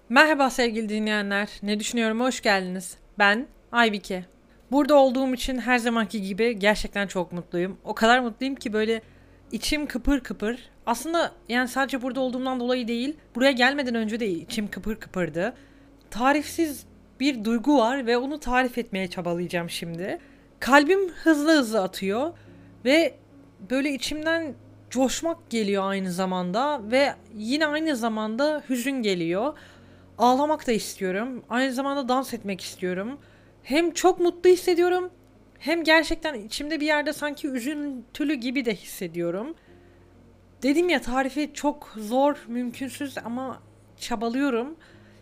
Merhaba sevgili dinleyenler. Ne düşünüyorum? Hoş geldiniz. Ben Aybike. Burada olduğum için her zamanki gibi gerçekten çok mutluyum. O kadar mutluyum ki böyle içim kıpır kıpır. Aslında yani sadece burada olduğumdan dolayı değil, buraya gelmeden önce de içim kıpır kıpırdı. Tarifsiz bir duygu var ve onu tarif etmeye çabalayacağım şimdi. Kalbim hızlı hızlı atıyor ve böyle içimden coşmak geliyor aynı zamanda ve yine aynı zamanda hüzün geliyor. Ağlamak da istiyorum. Aynı zamanda dans etmek istiyorum. Hem çok mutlu hissediyorum hem gerçekten içimde bir yerde sanki üzüntülü gibi de hissediyorum. Dedim ya tarifi çok zor, mümkünsüz ama çabalıyorum.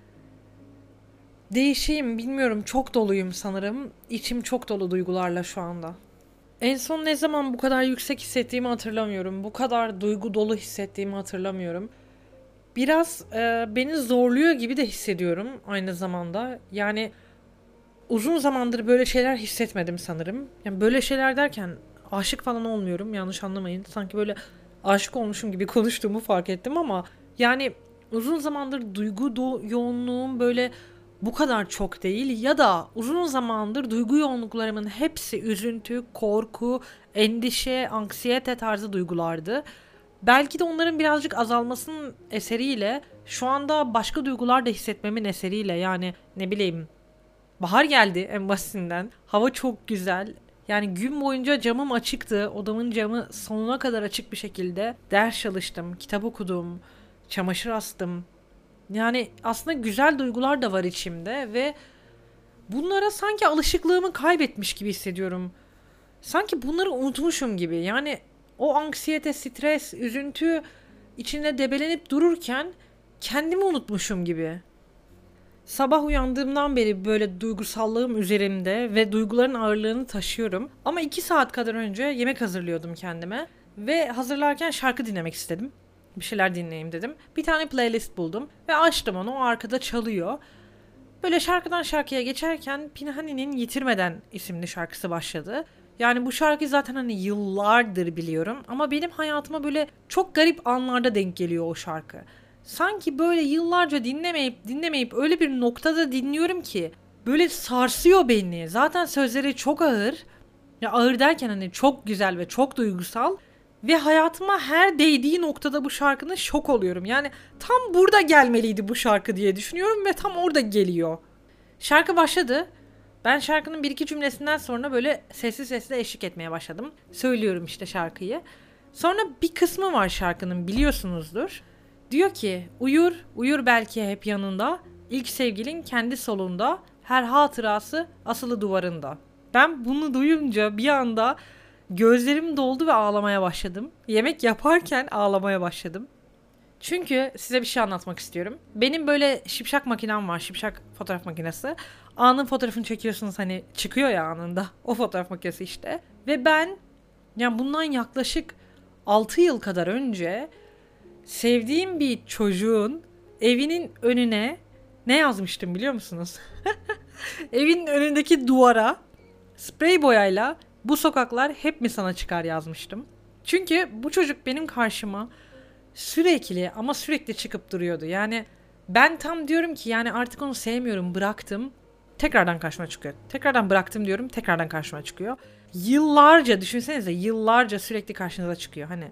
Değişeyim bilmiyorum, çok doluyum sanırım. İçim çok dolu duygularla şu anda. En son ne zaman bu kadar yüksek hissettiğimi hatırlamıyorum. Bu kadar duygu dolu hissettiğimi hatırlamıyorum. Biraz beni zorluyor gibi de hissediyorum aynı zamanda. Yani uzun zamandır böyle şeyler hissetmedim sanırım. Yani böyle şeyler derken aşık falan olmuyorum, yanlış anlamayın. Sanki böyle aşık olmuşum gibi konuştuğumu fark ettim ama yani uzun zamandır yoğunluğum böyle bu kadar çok değil ya da uzun zamandır duygu yoğunluklarımın hepsi üzüntü, korku, endişe, anksiyete tarzı duygulardı. Belki de onların birazcık azalmasının eseriyle şu anda başka duygular da hissetmemin eseriyle yani ne bileyim bahar geldi en basitinden. Hava çok güzel. Yani gün boyunca camım açıktı. Odamın camı sonuna kadar açık bir şekilde. Ders çalıştım, kitap okudum, çamaşır astım. Yani aslında güzel duygular da var içimde ve bunlara sanki alışıklığımı kaybetmiş gibi hissediyorum. Sanki bunları unutmuşum gibi. Yani o anksiyete, stres, üzüntü içinde debelenip dururken kendimi unutmuşum gibi. Sabah uyandığımdan beri böyle duygusallığım üzerimde ve duyguların ağırlığını taşıyorum. Ama 2 saat kadar önce yemek hazırlıyordum kendime. Ve hazırlarken şarkı dinlemek istedim. Bir şeyler dinleyeyim dedim. Bir tane playlist buldum ve açtım onu. O arkada çalıyor. Böyle şarkıdan şarkıya geçerken Pinhani'nin Yitirmeden isimli şarkısı başladı. Yani bu şarkıyı zaten hani yıllardır biliyorum ama benim hayatıma böyle çok garip anlarda denk geliyor o şarkı. Sanki böyle yıllarca dinlemeyip öyle bir noktada dinliyorum ki böyle sarsıyor beni. Zaten sözleri çok ağır. Ya ağır derken hani çok güzel ve çok duygusal ve hayatıma her değdiği noktada bu şarkının şok oluyorum. Yani tam burada gelmeliydi bu şarkı diye düşünüyorum ve tam orada geliyor. Şarkı başladı. Ben şarkının bir iki cümlesinden sonra böyle sessiz sessiz eşlik etmeye başladım. Söylüyorum işte şarkıyı. Sonra bir kısmı var şarkının, biliyorsunuzdur. Diyor ki uyur, uyur belki hep yanında. İlk sevgilin kendi solunda. Her hatırası asılı duvarında. Ben bunu duyunca bir anda gözlerim doldu ve ağlamaya başladım. Yemek yaparken ağlamaya başladım. Çünkü size bir şey anlatmak istiyorum. Benim böyle şipşak makinem var. Şipşak fotoğraf makinesi. Anın fotoğrafını çekiyorsunuz, hani çıkıyor ya anında. O fotoğraf makinesi işte. Ve ben yani bundan yaklaşık 6 yıl kadar önce sevdiğim bir çocuğun evinin önüne ne yazmıştım biliyor musunuz? Evinin önündeki duvara sprey boyayla "bu sokaklar hep mi sana çıkar" yazmıştım. Çünkü bu çocuk benim karşıma sürekli ama sürekli çıkıp duruyordu. Yani ben tam diyorum ki yani artık onu sevmiyorum, bıraktım. Tekrardan karşıma çıkıyor. Tekrardan bıraktım diyorum, tekrardan karşıma çıkıyor. Yıllarca, düşünsenize, yıllarca sürekli karşınıza çıkıyor. Hani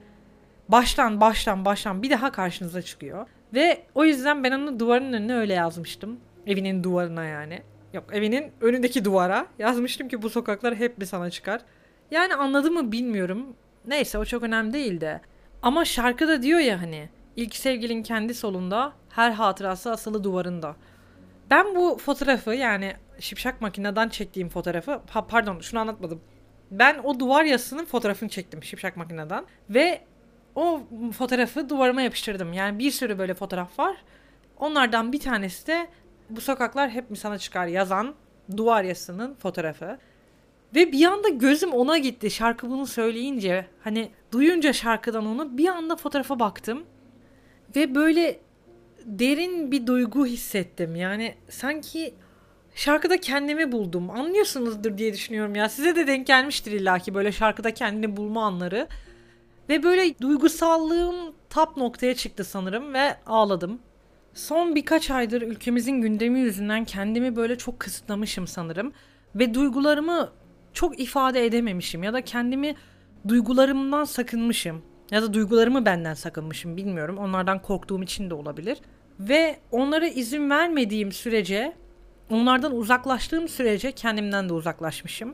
baştan bir daha karşınıza çıkıyor. Ve o yüzden ben onu duvarın önüne öyle yazmıştım. Evinin duvarına yani. Yok, evinin önündeki duvara yazmıştım ki "bu sokaklar hep mi sana çıkar". Yani anladı mı bilmiyorum. Neyse, o çok önemli değil de. Ama şarkıda diyor ya hani ilk sevgilin kendi solunda, her hatırası asılı duvarında. Ben bu fotoğrafı, yani şipşak makineden çektiğim fotoğrafı, pardon, şunu anlatmadım. Ben o duvar yazısının fotoğrafını çektim şipşak makineden ve o fotoğrafı duvarıma yapıştırdım. Yani bir sürü böyle fotoğraf var. Onlardan bir tanesi de "bu sokaklar hep mi sana çıkar" yazan duvar yazısının fotoğrafı. Ve bir anda gözüm ona gitti şarkı bunu söyleyince. Hani duyunca şarkıdan onu bir anda fotoğrafa baktım. Ve böyle derin bir duygu hissettim. Yani sanki şarkıda kendimi buldum. Anlıyorsunuzdur diye düşünüyorum ya. Size de denk gelmiştir illaki böyle şarkıda kendini bulma anları. Ve böyle duygusallığım tap noktaya çıktı sanırım ve ağladım. Son birkaç aydır ülkemizin gündemi yüzünden kendimi böyle çok kısıtlamışım sanırım. Ve duygularımı çok ifade edememişim ya da kendimi duygularımdan sakınmışım. Ya da duygularımı benden sakınmışım, bilmiyorum. Onlardan korktuğum için de olabilir. Ve onlara izin vermediğim sürece, onlardan uzaklaştığım sürece kendimden de uzaklaşmışım.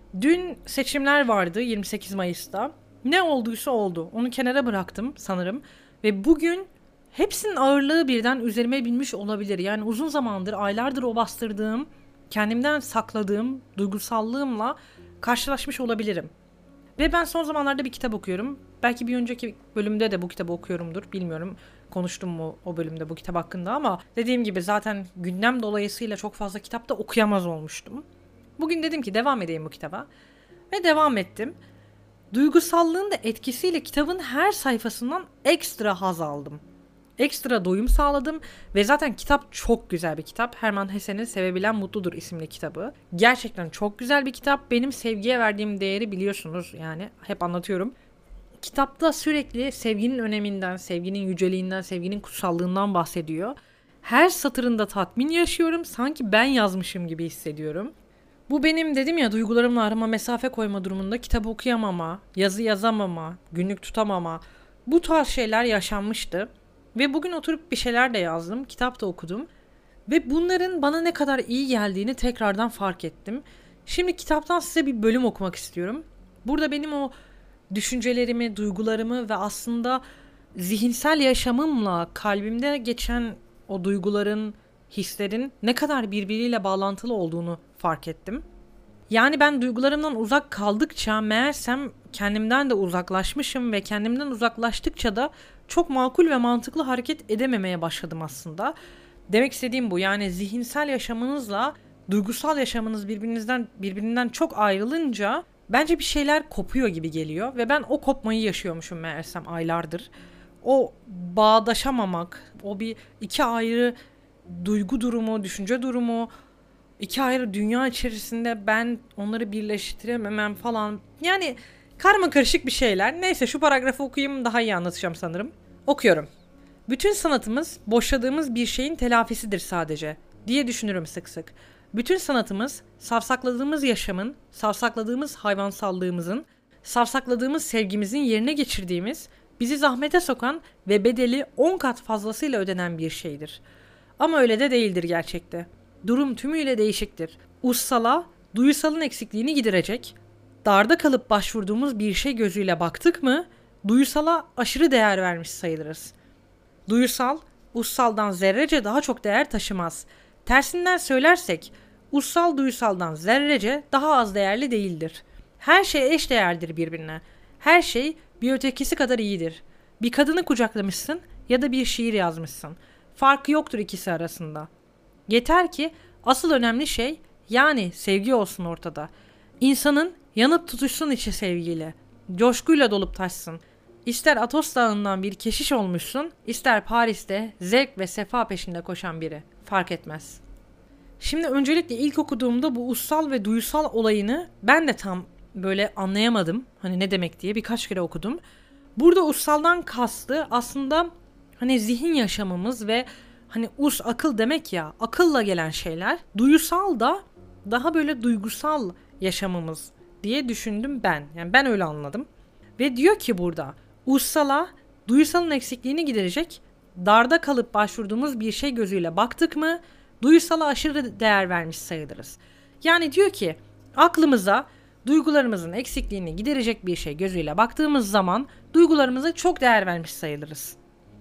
Dün seçimler vardı 28 Mayıs'ta. Ne olduysa oldu. Onu kenara bıraktım sanırım. Ve bugün hepsinin ağırlığı birden üzerime binmiş olabilir. Yani uzun zamandır, aylardır o bastırdığım, kendimden sakladığım duygusallığımla karşılaşmış olabilirim. Ve ben son zamanlarda bir kitap okuyorum. Belki bir önceki bölümde de bu kitabı okuyorumdur. Bilmiyorum konuştum mu o bölümde bu kitap hakkında, ama dediğim gibi zaten gündem dolayısıyla çok fazla kitap da okuyamaz olmuştum. Bugün dedim ki devam edeyim bu kitaba. Ve devam ettim. Duygusallığın da etkisiyle kitabın her sayfasından ekstra haz aldım. Ekstra doyum sağladım ve zaten kitap çok güzel bir kitap. Hermann Hesse'nin Sevebilen Mutludur isimli kitabı. Gerçekten çok güzel bir kitap. Benim sevgiye verdiğim değeri biliyorsunuz, yani hep anlatıyorum. Kitapta sürekli sevginin öneminden, sevginin yüceliğinden, sevginin kutsallığından bahsediyor. Her satırında tatmin yaşıyorum. Sanki ben yazmışım gibi hissediyorum. Bu benim dedim ya, duygularımla arama mesafe koyma durumunda kitap okuyamama, yazı yazamama, günlük tutamama, bu tarz şeyler yaşanmıştı. Ve bugün oturup bir şeyler de yazdım, kitap da okudum. Ve bunların bana ne kadar iyi geldiğini tekrardan fark ettim. Şimdi kitaptan size bir bölüm okumak istiyorum. Burada benim o düşüncelerimi, duygularımı ve aslında zihinsel yaşamımla kalbimde geçen o duyguların, hislerin ne kadar birbiriyle bağlantılı olduğunu fark ettim. Yani ben duygularımdan uzak kaldıkça meğersem kendimden de uzaklaşmışım ve kendimden uzaklaştıkça da çok makul ve mantıklı hareket edememeye başladım aslında. Demek istediğim bu. Yani zihinsel yaşamınızla duygusal yaşamınız birbirinden çok ayrılınca bence bir şeyler kopuyor gibi geliyor ve ben o kopmayı yaşıyormuşum meğersem aylardır. O bağdaşamamak, o bir iki ayrı duygu durumu, düşünce durumu, iki ayrı dünya içerisinde ben onları birleştirememem falan. Yani karma karışık bir şeyler. Neyse, şu paragrafı okuyayım, daha iyi anlatacağım sanırım. Okuyorum. Bütün sanatımız boşladığımız bir şeyin telafisidir sadece diye düşünürüm sık sık. Bütün sanatımız savsakladığımız yaşamın, savsakladığımız hayvansallığımızın, savsakladığımız sevgimizin yerine geçirdiğimiz, bizi zahmete sokan ve bedeli 10 kat fazlasıyla ödenen bir şeydir. Ama öyle de değildir gerçekte. Durum tümüyle değişiktir. Ussala, duyusalın eksikliğini giderecek, darda kalıp başvurduğumuz bir şey gözüyle baktık mı, duyusala aşırı değer vermiş sayılırız. Duyusal, ussaldan zerrece daha çok değer taşımaz. Tersinden söylersek, ussal duyusaldan zerrece daha az değerli değildir. Her şey eş değerdir birbirine. Her şey bir ötekisi kadar iyidir. Bir kadını kucaklamışsın ya da bir şiir yazmışsın. Farkı yoktur ikisi arasında. Yeter ki asıl önemli şey, yani sevgi olsun ortada. İnsanın yanıp tutuşsun içi sevgiyle. Coşkuyla dolup taşsın. İster Atos Dağı'ndan bir keşiş olmuşsun, ister Paris'te zevk ve sefa peşinde koşan biri. Fark etmez. Şimdi öncelikle ilk okuduğumda bu ussal ve duysal olayını ben de tam böyle anlayamadım. Hani ne demek diye birkaç kere okudum. Burada ussaldan kastı aslında hani zihin yaşamımız ve hani akıl demek ya, akılla gelen şeyler. Duysal da daha böyle duygusal yaşamımız diye düşündüm ben. Yani ben öyle anladım. Ve diyor ki burada ussala duyusalın eksikliğini giderecek, darda kalıp başvurduğumuz bir şey gözüyle baktık mı duysala aşırı değer vermiş sayılırız. Yani diyor ki aklımıza duygularımızın eksikliğini giderecek bir şey gözüyle baktığımız zaman duygularımıza çok değer vermiş sayılırız.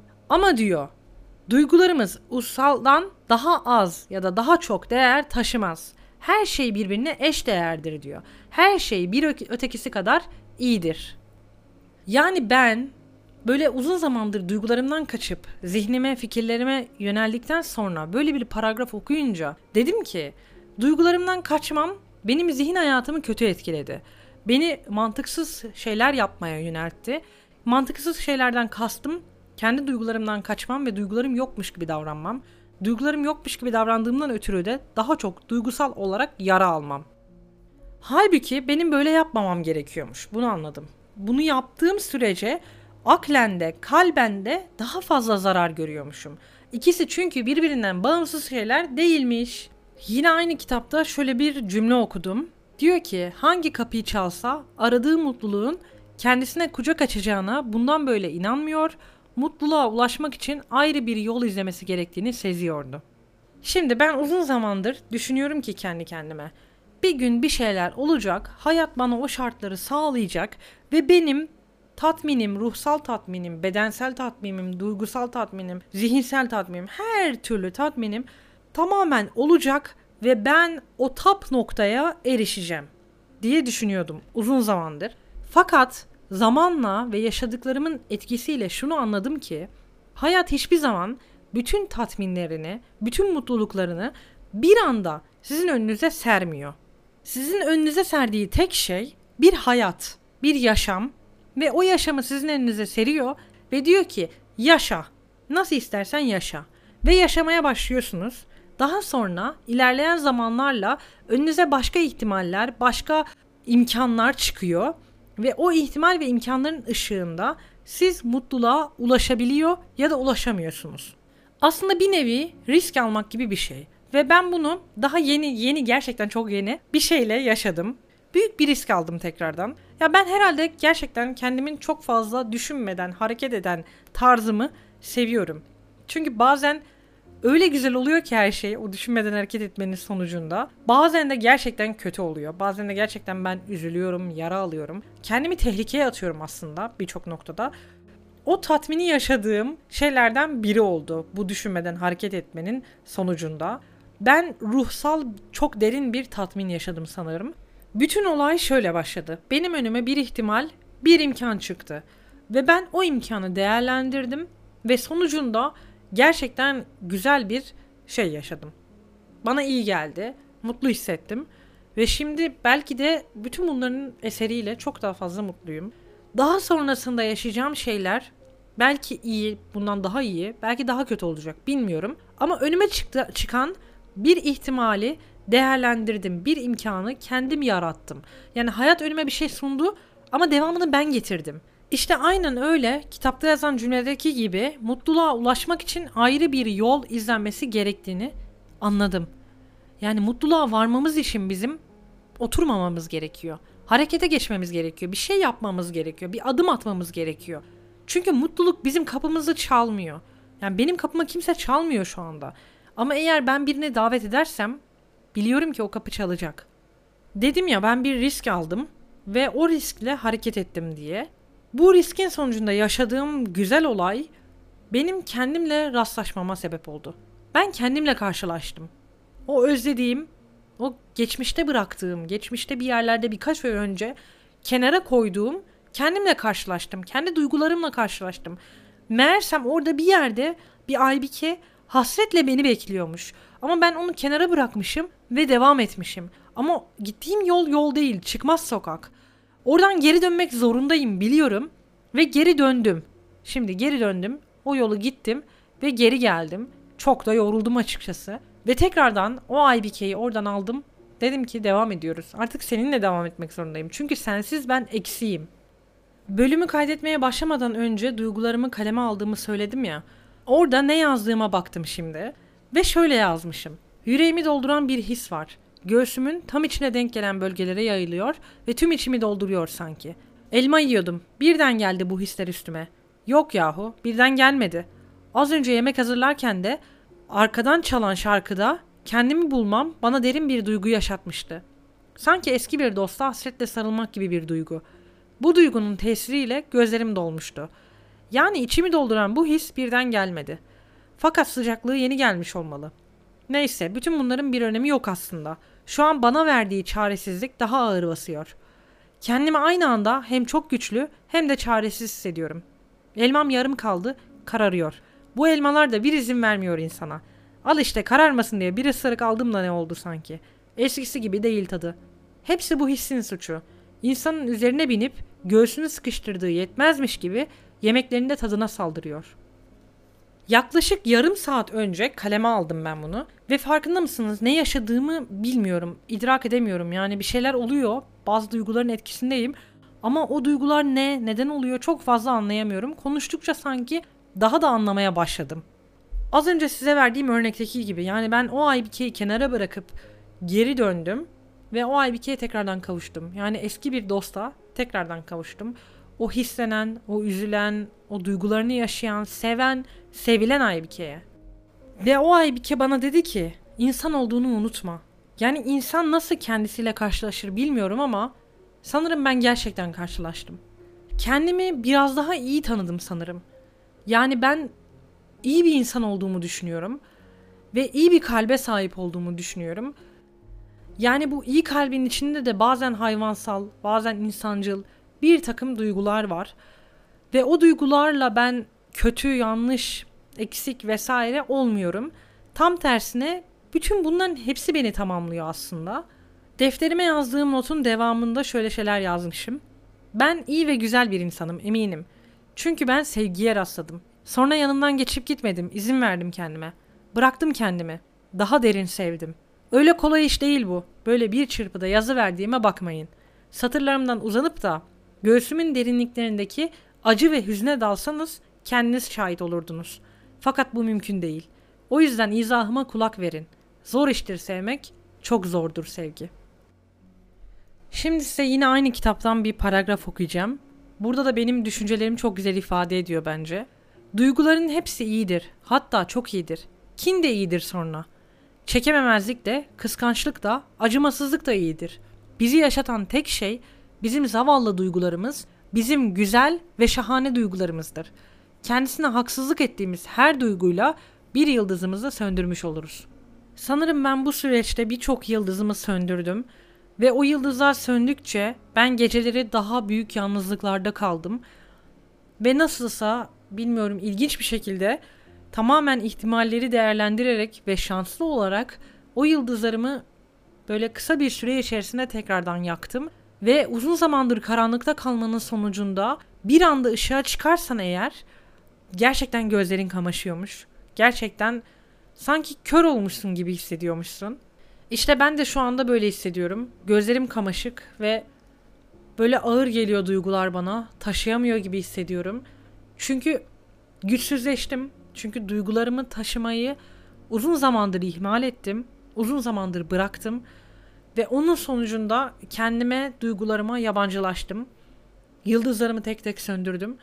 Ama diyor duygularımız ussaldan daha az ya da daha çok değer taşımaz. Her şey birbirine eş değerdir diyor. Her şey bir ötekisi kadar iyidir. Yani ben böyle uzun zamandır duygularımdan kaçıp zihnime, fikirlerime yöneldikten sonra böyle bir paragraf okuyunca dedim ki duygularımdan kaçmam benim zihin hayatımı kötü etkiledi. Beni mantıksız şeyler yapmaya yöneltti. Mantıksız şeylerden kastım kendi duygularımdan kaçmam ve duygularım yokmuş gibi davranmam. Duygularım yokmuş gibi davrandığımdan ötürü de daha çok duygusal olarak yara almam. Halbuki benim böyle yapmamam gerekiyormuş. Bunu anladım. Bunu yaptığım sürece aklen de kalben de daha fazla zarar görüyormuşum. İkisi çünkü birbirinden bağımsız şeyler değilmiş. Yine aynı kitapta şöyle bir cümle okudum. Diyor ki hangi kapıyı çalsa aradığı mutluluğun kendisine kucak açacağına bundan böyle inanmıyor, mutluluğa ulaşmak için ayrı bir yol izlemesi gerektiğini seziyordu. Şimdi ben uzun zamandır düşünüyorum ki kendi kendime. Bir gün bir şeyler olacak, hayat bana o şartları sağlayacak ve benim tatminim, ruhsal tatminim, bedensel tatminim, duygusal tatminim, zihinsel tatminim, her türlü tatminim tamamen olacak ve ben o tap noktaya erişeceğim diye düşünüyordum uzun zamandır. Fakat zamanla ve yaşadıklarımın etkisiyle şunu anladım ki hayat hiçbir zaman bütün tatminlerini, bütün mutluluklarını bir anda sizin önünüze sermiyor. Sizin önünüze serdiği tek şey bir hayat, bir yaşam ve o yaşamı sizin önünüze seriyor ve diyor ki yaşa, nasıl istersen yaşa ve yaşamaya başlıyorsunuz. Daha sonra ilerleyen zamanlarla önünüze başka ihtimaller, başka imkanlar çıkıyor ve o ihtimal ve imkanların ışığında siz mutluluğa ulaşabiliyor ya da ulaşamıyorsunuz. Aslında bir nevi risk almak gibi bir şey. Ve ben bunu daha yeni gerçekten çok yeni bir şeyle yaşadım. Büyük bir risk aldım tekrardan. Ya ben herhalde gerçekten kendimin çok fazla düşünmeden hareket eden tarzımı seviyorum. Çünkü bazen öyle güzel oluyor ki her şey o düşünmeden hareket etmenin sonucunda. Bazen de gerçekten kötü oluyor. Bazen de gerçekten ben üzülüyorum, yara alıyorum. Kendimi tehlikeye atıyorum aslında birçok noktada. O tatmini yaşadığım şeylerden biri oldu bu düşünmeden hareket etmenin sonucunda. Ben ruhsal çok derin bir tatmin yaşadım sanırım. Bütün olay şöyle başladı. Benim önüme bir ihtimal, bir imkan çıktı. Ve ben o imkanı değerlendirdim ve sonucunda gerçekten güzel bir şey yaşadım. Bana iyi geldi, mutlu hissettim ve şimdi belki de bütün bunların eseriyle çok daha fazla mutluyum. Daha sonrasında yaşayacağım şeyler belki iyi, bundan daha iyi, belki daha kötü olacak bilmiyorum. Ama önüme çıkan bir ihtimali değerlendirdim, bir imkanı kendim yarattım. Yani hayat önüme bir şey sundu ama devamını ben getirdim. İşte aynen öyle kitapta yazan cümledeki gibi mutluluğa ulaşmak için ayrı bir yol izlenmesi gerektiğini anladım. Yani mutluluğa varmamız için bizim oturmamamız gerekiyor. Harekete geçmemiz gerekiyor. Bir şey yapmamız gerekiyor. Bir adım atmamız gerekiyor. Çünkü mutluluk bizim kapımızı çalmıyor. Yani benim kapıma kimse çalmıyor şu anda. Ama eğer ben birini davet edersem biliyorum ki o kapı çalacak. Dedim ya ben bir risk aldım ve o riskle hareket ettim diye. Bu riskin sonucunda yaşadığım güzel olay benim kendimle rastlaşmama sebep oldu. Ben kendimle karşılaştım. O özlediğim, o geçmişte bıraktığım, geçmişte bir yerlerde birkaç ay önce kenara koyduğum kendimle karşılaştım. Kendi duygularımla karşılaştım. Meğersem orada bir yerde bir Aybike hasretle beni bekliyormuş. Ama ben onu kenara bırakmışım ve devam etmişim. Ama gittiğim yol değil, çıkmaz sokak. Oradan geri dönmek zorundayım biliyorum ve geri döndüm. Şimdi geri döndüm, o yolu gittim ve geri geldim. Çok da yoruldum açıkçası. Ve tekrardan o Aybike'yi oradan aldım. Dedim ki devam ediyoruz. Artık seninle devam etmek zorundayım. Çünkü sensiz ben eksiğim. Bölümü kaydetmeye başlamadan önce duygularımı kaleme aldığımı söyledim ya. Orada ne yazdığıma baktım şimdi. Ve şöyle yazmışım. Yüreğimi dolduran bir his var. Göğsümün tam içine denk gelen bölgelere yayılıyor ve tüm içimi dolduruyor sanki. Elma yiyordum. Birden geldi bu hisler üstüme. Yok yahu, birden gelmedi. Az önce yemek hazırlarken de arkadan çalan şarkıda kendimi bulmam bana derin bir duygu yaşatmıştı. Sanki eski bir dosta hasretle sarılmak gibi bir duygu. Bu duygunun tesiriyle gözlerim dolmuştu. Yani içimi dolduran bu his birden gelmedi. Fakat sıcaklığı yeni gelmiş olmalı. Neyse, bütün bunların bir önemi yok aslında. Şu an bana verdiği çaresizlik daha ağır basıyor. Kendimi aynı anda hem çok güçlü hem de çaresiz hissediyorum. Elmam yarım kaldı, kararıyor. Bu elmalar da bir izin vermiyor insana. Al işte kararmasın diye bir ısırık aldım da ne oldu sanki. Eskisi gibi değil tadı. Hepsi bu hissin suçu. İnsanın üzerine binip göğsünü sıkıştırdığı yetmezmiş gibi yemeklerinde tadına saldırıyor. Yaklaşık yarım saat önce kaleme aldım ben bunu. Ve farkında mısınız ne yaşadığımı bilmiyorum, idrak edemiyorum. Yani bir şeyler oluyor, bazı duyguların etkisindeyim. Ama o duygular neden oluyor çok fazla anlayamıyorum. Konuştukça sanki daha da anlamaya başladım. Az önce size verdiğim örnekteki gibi, yani ben o Aybike'yi kenara bırakıp geri döndüm ve o Aybike'ye tekrardan kavuştum. Yani eski bir dosta tekrardan kavuştum. O hislenen, o üzülen, o duygularını yaşayan, seven, sevilen Aybike'ye. Ve o Aybike bana dedi ki, insan olduğunu unutma. Yani insan nasıl kendisiyle karşılaşır bilmiyorum ama sanırım ben gerçekten karşılaştım. Kendimi biraz daha iyi tanıdım sanırım. Yani ben iyi bir insan olduğumu düşünüyorum ve iyi bir kalbe sahip olduğumu düşünüyorum. Yani bu iyi kalbin içinde de bazen hayvansal, bazen insancıl bir takım duygular var. Ve o duygularla ben kötü, yanlış, eksik vesaire olmuyorum. Tam tersine bütün bunların hepsi beni tamamlıyor aslında. Defterime yazdığım notun devamında şöyle şeyler yazmışım. Ben iyi ve güzel bir insanım, eminim. Çünkü ben sevgiye rastladım. Sonra yanından geçip gitmedim, izin verdim kendime. Bıraktım kendimi. Daha derin sevdim. Öyle kolay iş değil bu. Böyle bir çırpıda yazıverdiğime bakmayın. Satırlarımdan uzanıp da göğsümün derinliklerindeki acı ve hüzne dalsanız kendiniz şahit olurdunuz. Fakat bu mümkün değil. O yüzden izahıma kulak verin. Zor iştir sevmek, çok zordur sevgi. Şimdi size yine aynı kitaptan bir paragraf okuyacağım. Burada da benim düşüncelerimi çok güzel ifade ediyor bence. Duyguların hepsi iyidir, hatta çok iyidir. Kin de iyidir sonra. Çekememezlik de, kıskançlık da, acımasızlık da iyidir. Bizi yaşatan tek şey bizim zavallı duygularımız, bizim güzel ve şahane duygularımızdır. Kendisine haksızlık ettiğimiz her duyguyla bir yıldızımızı söndürmüş oluruz. Sanırım ben bu süreçte birçok yıldızımı söndürdüm ve o yıldızlar söndükçe ben geceleri daha büyük yalnızlıklarda kaldım ve nasılsa bilmiyorum, ilginç bir şekilde tamamen ihtimalleri değerlendirerek ve şanslı olarak o yıldızlarımı böyle kısa bir süre içerisinde tekrardan yaktım. Ve uzun zamandır karanlıkta kalmanın sonucunda bir anda ışığa çıkarsan eğer gerçekten gözlerin kamaşıyormuş. Gerçekten sanki kör olmuşsun gibi hissediyormuşsun. İşte ben de şu anda böyle hissediyorum. Gözlerim kamaşık ve böyle ağır geliyor duygular bana. Taşıyamıyor gibi hissediyorum. Çünkü güçsüzleştim. Çünkü duygularımı taşımayı uzun zamandır ihmal ettim. Uzun zamandır bıraktım. Ve onun sonucunda kendime, duygularıma yabancılaştım. Yıldızlarımı tek tek söndürdüm.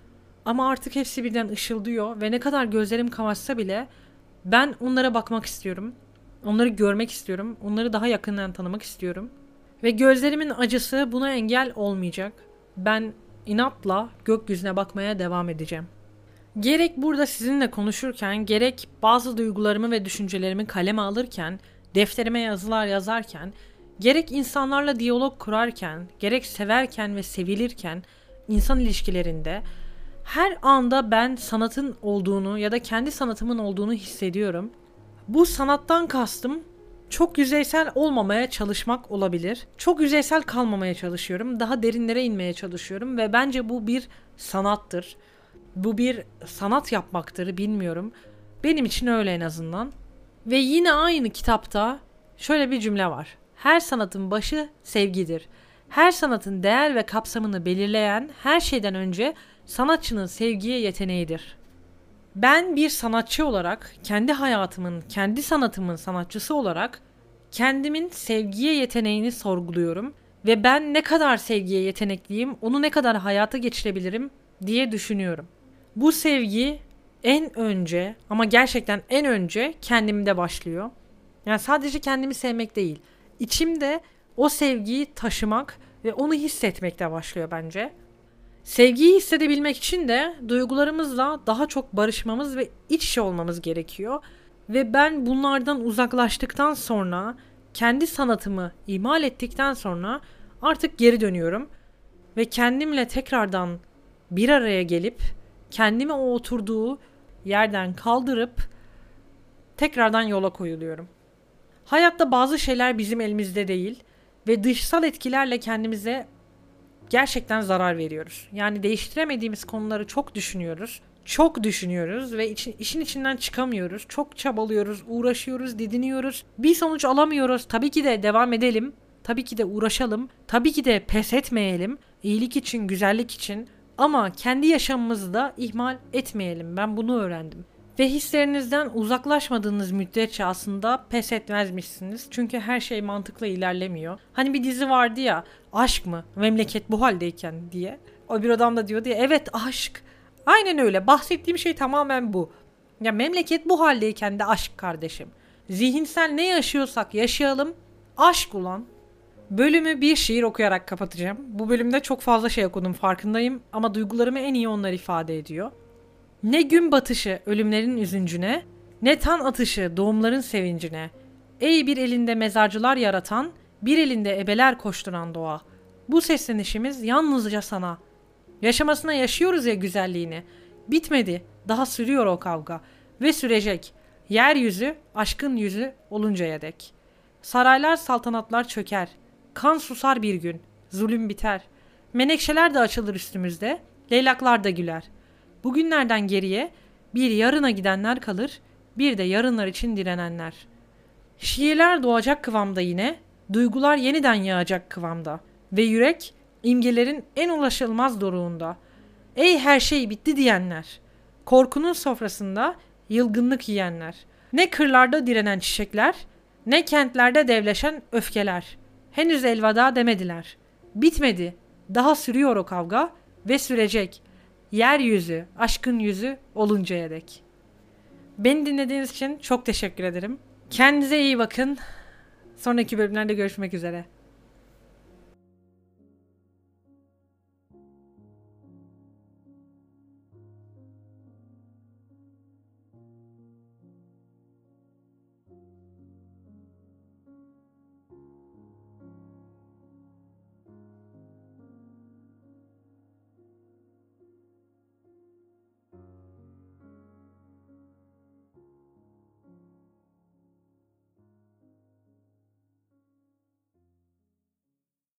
Ama artık hepsi birden ışıldıyor ve ne kadar gözlerim kamaşsa bile ben onlara bakmak istiyorum. Onları görmek istiyorum. Onları daha yakından tanımak istiyorum. Ve gözlerimin acısı buna engel olmayacak. Ben inatla gökyüzüne bakmaya devam edeceğim. Gerek burada sizinle konuşurken, gerek bazı duygularımı ve düşüncelerimi kaleme alırken, defterime yazılar yazarken, gerek insanlarla diyalog kurarken, gerek severken ve sevilirken, insan ilişkilerinde her anda ben sanatın olduğunu ya da kendi sanatımın olduğunu hissediyorum. Bu sanattan kastım çok yüzeysel olmamaya çalışmak olabilir. Çok yüzeysel kalmamaya çalışıyorum. Daha derinlere inmeye çalışıyorum ve bence bu bir sanattır. Bu bir sanat yapmaktır, bilmiyorum. Benim için öyle en azından. Ve yine aynı kitapta şöyle bir cümle var. Her sanatın başı sevgidir. Her sanatın değer ve kapsamını belirleyen her şeyden önce sanatçının sevgiye yeteneğidir. Ben bir sanatçı olarak, kendi hayatımın, kendi sanatımın sanatçısı olarak kendimin sevgiye yeteneğini sorguluyorum ve ben ne kadar sevgiye yetenekliyim, onu ne kadar hayata geçirebilirim diye düşünüyorum. Bu sevgi en önce, ama gerçekten en önce kendimde başlıyor. Yani sadece kendimi sevmek değil, İçimde o sevgiyi taşımak ve onu hissetmekte başlıyor bence. Sevgiyi hissedebilmek için de duygularımızla daha çok barışmamız ve iç içe olmamız gerekiyor. Ve ben bunlardan uzaklaştıktan sonra, kendi sanatımı ihmal ettikten sonra artık geri dönüyorum. Ve kendimle tekrardan bir araya gelip, kendimi o oturduğu yerden kaldırıp tekrardan yola koyuluyorum. Hayatta bazı şeyler bizim elimizde değil ve dışsal etkilerle kendimize gerçekten zarar veriyoruz. Yani değiştiremediğimiz konuları çok düşünüyoruz. Çok düşünüyoruz ve işin içinden çıkamıyoruz. Çok çabalıyoruz, uğraşıyoruz, didiniyoruz. Bir sonuç alamıyoruz. Tabii ki de devam edelim. Tabii ki de uğraşalım. Tabii ki de pes etmeyelim. İyilik için, güzellik için. Ama kendi yaşamımızı da ihmal etmeyelim. Ben bunu öğrendim. Ve hislerinizden uzaklaşmadığınız müddetçe aslında pes etmezmişsiniz. Çünkü her şey mantıkla ilerlemiyor. Hani bir dizi vardı ya, aşk mı? Memleket bu haldeyken diye. O bir adam da diyordu ya, evet aşk. Aynen öyle. Bahsettiğim şey tamamen bu. Ya memleket bu haldeyken de aşk kardeşim. Zihinsel ne yaşıyorsak yaşayalım. Aşk ulan. Bölümü bir şiir okuyarak kapatacağım. Bu bölümde çok fazla şey okudum farkındayım ama duygularımı en iyi onlar ifade ediyor. Ne gün batışı ölümlerin üzüncüne, ne tan atışı doğumların sevincine. Ey bir elinde mezarcılar yaratan, bir elinde ebeler koşturan doğa. Bu seslenişimiz yalnızca sana. Yaşamasına yaşıyoruz ya güzelliğini. Bitmedi, daha sürüyor o kavga. Ve sürecek. Yeryüzü, aşkın yüzü oluncaya dek. Saraylar saltanatlar çöker. Kan susar bir gün. Zulüm biter. Menekşeler de açılır üstümüzde. Leylaklar da güler. Bugünlerden geriye bir yarına gidenler kalır, bir de yarınlar için direnenler. Şiirler doğacak kıvamda yine, duygular yeniden yağacak kıvamda ve yürek imgelerin en ulaşılmaz doruğunda. Ey her şey bitti diyenler, korkunun sofrasında yılgınlık yiyenler, ne kırlarda direnen çiçekler, ne kentlerde devleşen öfkeler. Henüz elveda demediler. Bitmedi, daha sürüyor o kavga ve sürecek. Yeryüzü, aşkın yüzü oluncaya dek. Beni dinlediğiniz için çok teşekkür ederim. Kendinize iyi bakın. Sonraki bölümlerde görüşmek üzere.